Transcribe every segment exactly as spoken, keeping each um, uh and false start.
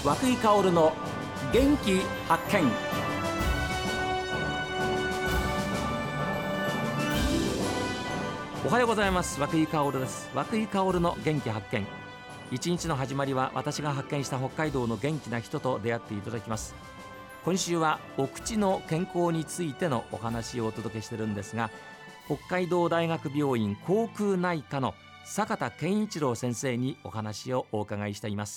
和久井薫の元気発見。おはようございます。和久井薫です。和久井薫の元気発見。一日の始まりは私が発見した北海道の元気な人と出会っていただきます。今週はお口の健康についてのお話をお届けしているんですが、北海道大学病院口腔内科の坂田健一郎先生にお話をお伺いしています。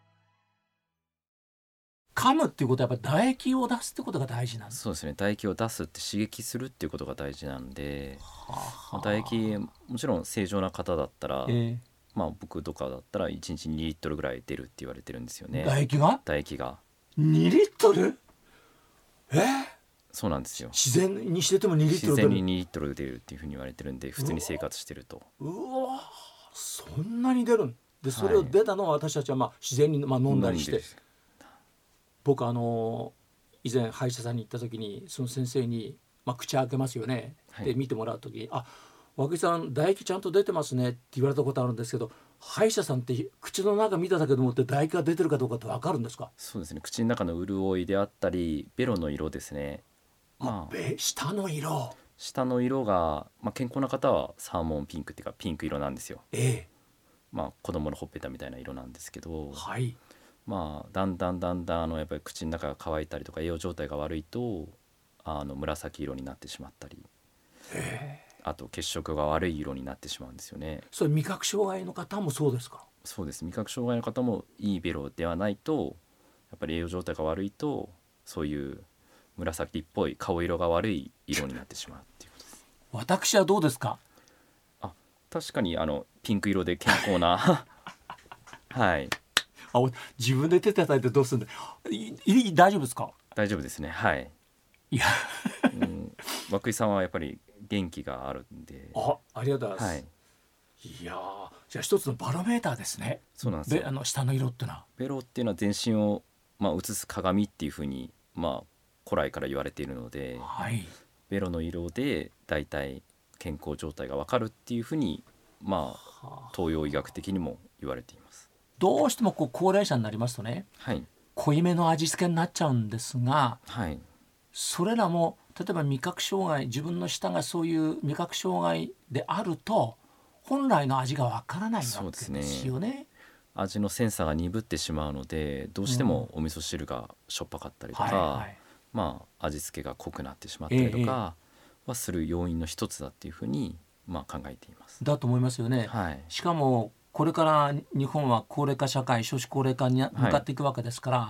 噛むっていうことはやっぱり唾液を出すってことが大事なんです。 そうですね、唾液を出すって刺激するっていうことが大事なんで、はあ、唾液もちろん正常な方だったら、えーまあ、僕とかだったらいちにちにリットルぐらい出るって言われてるんですよね。 唾液が唾液がにリットル、えー、 そうなんですよ。 自然にしててもにリットル出る。 自然ににリットル出るっていうふうに言われてるんで、普通に生活してるとうわそんなに出るんで、それを出たのは私たちはまあ自然にまあ飲んだりして、僕あの以前歯医者さんに行った時にその先生に、まあ、口開けますよね、はい、で見てもらう時に、あ、和久井さん唾液ちゃんと出てますねって言われたことあるんですけど、歯医者さんって口の中見ただけでもって唾液が出てるかどうかって分かるんですか？ そうですね、口の中の潤いであったりベロの色ですね。 まあ、下の色下の色が、まあ、健康な方はサーモンピンクっていうかピンク色なんですよ。 ええ、 まあ、子供のほっぺたみたいな色なんですけど、 はい、 まあ、だんだんだんだんあのやっぱり口の中が乾いたりとか栄養状態が悪いとあの紫色になってしまったり、あと血色が悪い色になってしまうんですよね。 それ味覚障害の方もそうですか？ そうです、味覚障害の方もいいベロではないとやっぱり栄養状態が悪いとそういう紫っぽい顔色が悪い色になってしまうっていうことです。 私はどうですか？ あ、確かにあのピンク色で健康なはい、 あ、自分で手叩いてどうするんだいい大丈夫ですか？ 大丈夫ですね。はい、 いや、 うん、和久井さんはやっぱり元気があるんで、 あ、ありがとうございます、はい、いやじゃあ一つのバロメーターですね。 そうなんですよ。 あの下の色ってのは、 ベロっていうのは全身を、まあ、映す鏡っていうふうに、まあ、古来から言われているので、 はい、 ベロの色でだいたい健康状態が分かるっていうふうに、まあ、東洋医学的にも言われています。 どうしてもこう高齢者になりますとね、はい、濃いめの味付けになっちゃうんですが、はい、それらも例えば味覚障害、自分の舌がそういう味覚障害であると本来の味がわからないわけですよね。 味のセンサーが鈍ってしまうので、どうしてもお味噌汁がしょっぱかったりとか、うん、はいはい、まあ、味付けが濃くなってしまったりとかはする要因の一つだっていうふうに、まあ、考えています。 だと思いますよね、はい、しかもこれから日本は高齢化社会、少子高齢化に向かっていくわけですから、はい、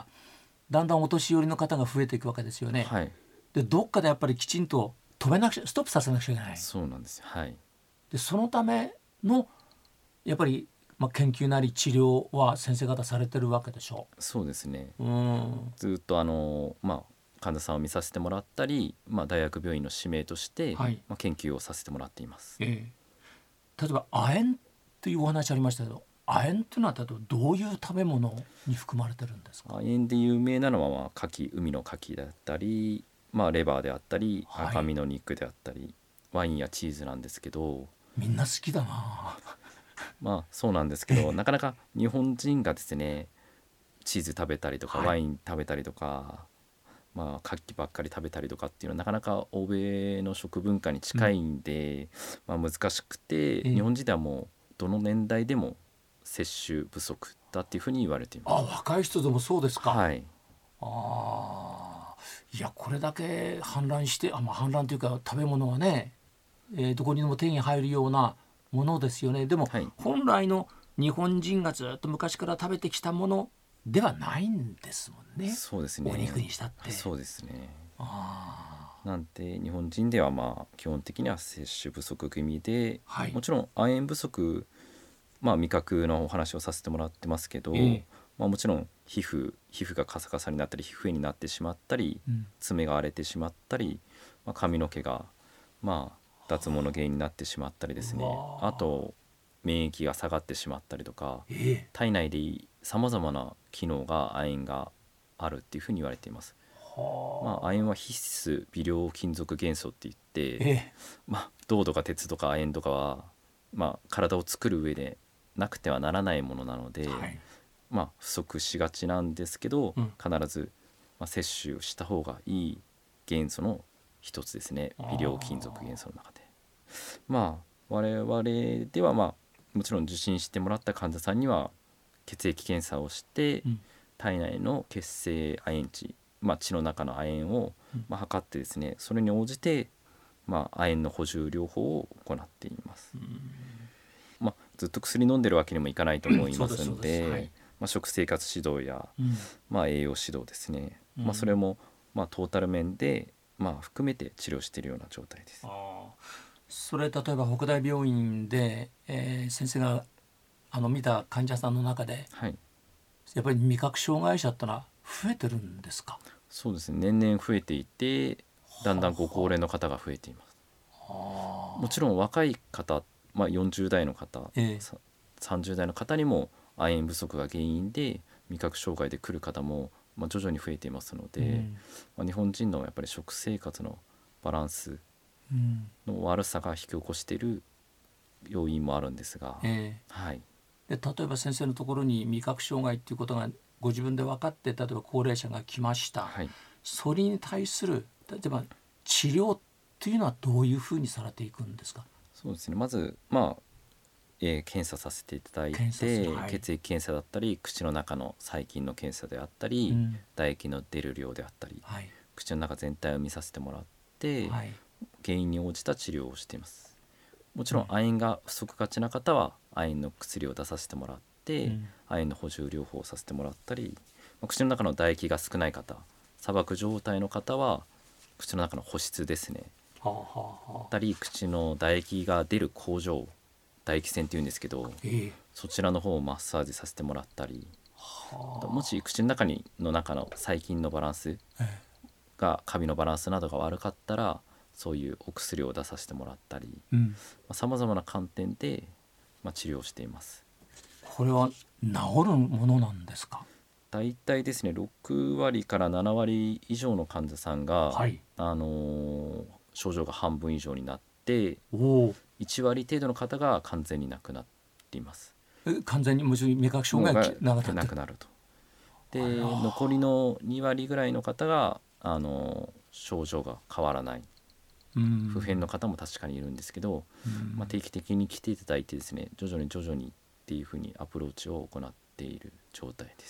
だんだんお年寄りの方が増えていくわけですよね、はい、でどっかでやっぱりきちんと止めなくちゃ、ストップさせなくちゃいけない。 そうなんですよ、はい、 でそのためのやっぱり、まあ、研究なり治療は先生方されてるわけでしょう。 そうですね、 うん、 ずっとあの、まあ、患者さんを見させてもらったり、まあ、大学病院の指名として、はい、まあ、研究をさせてもらっています、 えー、例えば亜鉛というお話ありましたけど、亜鉛というのは例えばどういう食べ物に含まれてるんですか？ 亜鉛で有名なのは、まあ、牡蠣、海の牡蠣だったり、まあ、レバーであったり、はい、赤身の肉であったり、ワインやチーズなんですけど、 みんな好きだなまあそうなんですけど、なかなか日本人がですねチーズ食べたりとか、はい、ワイン食べたりとか、まあ、牡蠣ばっかり食べたりとかっていうのはなかなか欧米の食文化に近いんで、うん、まあ、難しくて、日本人ではもうどの年代でも摂取不足だっていうふうに言われています。 あ、若い人でもそうですか。 はい、 あ、いやこれだけ氾濫して、あ、まあ、氾濫というか食べ物がね、えー、どこにでも手に入るようなものですよね。でも、はい、本来の日本人がずっと昔から食べてきたものではないんですもんね。 そうですね、 お肉にしたって。 そうですね。 あ、 なんて日本人ではまあ基本的には摂取不足気味で、はい、もちろん亜鉛不足、まあ、味覚のお話をさせてもらってますけど、えーまあ、もちろん皮膚皮膚がカサカサになったり皮膚炎になってしまったり、うん、爪が荒れてしまったり、まあ、髪の毛がまあ脱毛の原因になってしまったりですね、あと免疫が下がってしまったりとか、えー、体内でさまざまな機能が亜鉛があるっていうふうに言われています。まあ、亜鉛は必須微量金属元素って言って、えーまあ、銅とか鉄とか亜鉛とかは、まあ、体を作る上でなくてはならないものなので、はい、 まあ、不足しがちなんですけど、 うん、 必ず、まあ、摂取した方がいい元素の一つですね、微量金属元素の中で。まあ我々では、まあ、もちろん受診してもらった患者さんには血液検査をして、うん、体内の血清亜鉛値、まあ、血の中の亜鉛を、まあ、測ってですね、それに応じて、まあ、亜鉛の補充療法を行っています。うん、まあ、ずっと薬飲んでるわけにもいかないと思いますので、はい、まあ、食生活指導や、うん、まあ、栄養指導ですね、うん、まあ、それも、まあ、トータル面で、まあ、含めて治療しているような状態です。 あ、それ例えば北大病院で、えー、先生があの見た患者さんの中で、はい、やっぱり味覚障害者ってのは増えてるんですか？ そうですね、年々増えていて、だんだんご高齢の方が増えています。はあ、もちろん若い方、まあ、よんじゅう代の方、えー、さんじゅう代の方にも亜鉛不足が原因で味覚障害で来る方も、まあ、徐々に増えていますので、うん、まあ、日本人のやっぱり食生活のバランスの悪さが引き起こしている要因もあるんですが、えーはい、 で例えば先生のところに味覚障害っていうことがご自分で分かって、例えば高齢者が来ました、はい、それに対する例えば治療っていうのはどういうふうにされていくんですか？ そうですね、まず、まあえー、検査させていただいて、はい、血液検査だったり口の中の細菌の検査であったり、うん、唾液の出る量であったり、はい、口の中全体を見させてもらって、はい、原因に応じた治療をしています。もちろん亜鉛が不足がちな方は亜鉛の薬を出させてもらって、うん、亜鉛の補充療法をさせてもらったり、口の中の唾液が少ない方、砂漠状態の方は口の中の保湿ですね、はあはあ、あったり口の唾液が出る工場、唾液腺っていうんですけど、えー、そちらの方をマッサージさせてもらったり、はあ、もし口の中にの中の細菌のバランスが、カビのバランスなどが悪かったらそういうお薬を出させてもらったり、さまざ、まな観点で、まあ、治療しています。 これは治るものなんですか？ だいたいですね、ろく割からなな割以上の患者さんが、はい、あのー、症状が半分以上になっていち割程度の方が完全になくなっています。 え完全にもちろん味覚障害がなくなると。で残りのに割ぐらいの方が、あのー、症状が変わらない、不変の方も確かにいるんですけど、まあ、定期的に来ていただいてですね、徐々に徐々にっていうふうにアプローチを行っている状態です。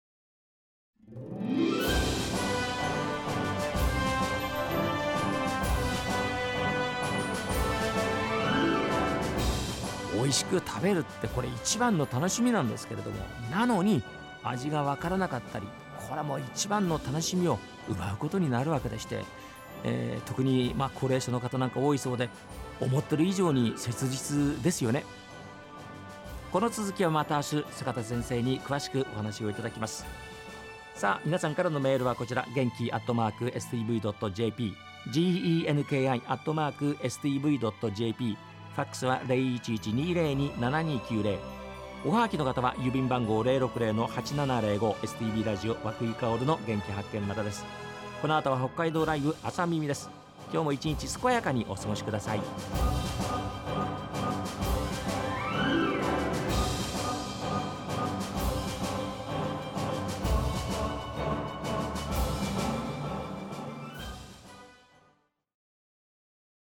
美味しく食べるってこれ一番の楽しみなんですけれども、なのに味が分からなかったり、これはもう一番の楽しみを奪うことになるわけでして、えー、特にまあ高齢者の方なんか多いそうで、思ってる以上に切実ですよね。この続きはまた明日坂田先生に詳しくお話をいただきます。さあ皆さんからのメールはこちら、元気アットマーク エスティーブイドットジェーピー、 genki アットマーク エスティーブイドットジェーピー、 ファックスは ゼロいちいちにゼロにななにきゅうゼロ、おはがきの方は郵便番号 ゼロろくゼロのはちななゼロご、 エスティービー ラジオ和久井薫の元気発見までです。この後は北海道ライブ朝耳です。今日も一日健やかにお過ごしください。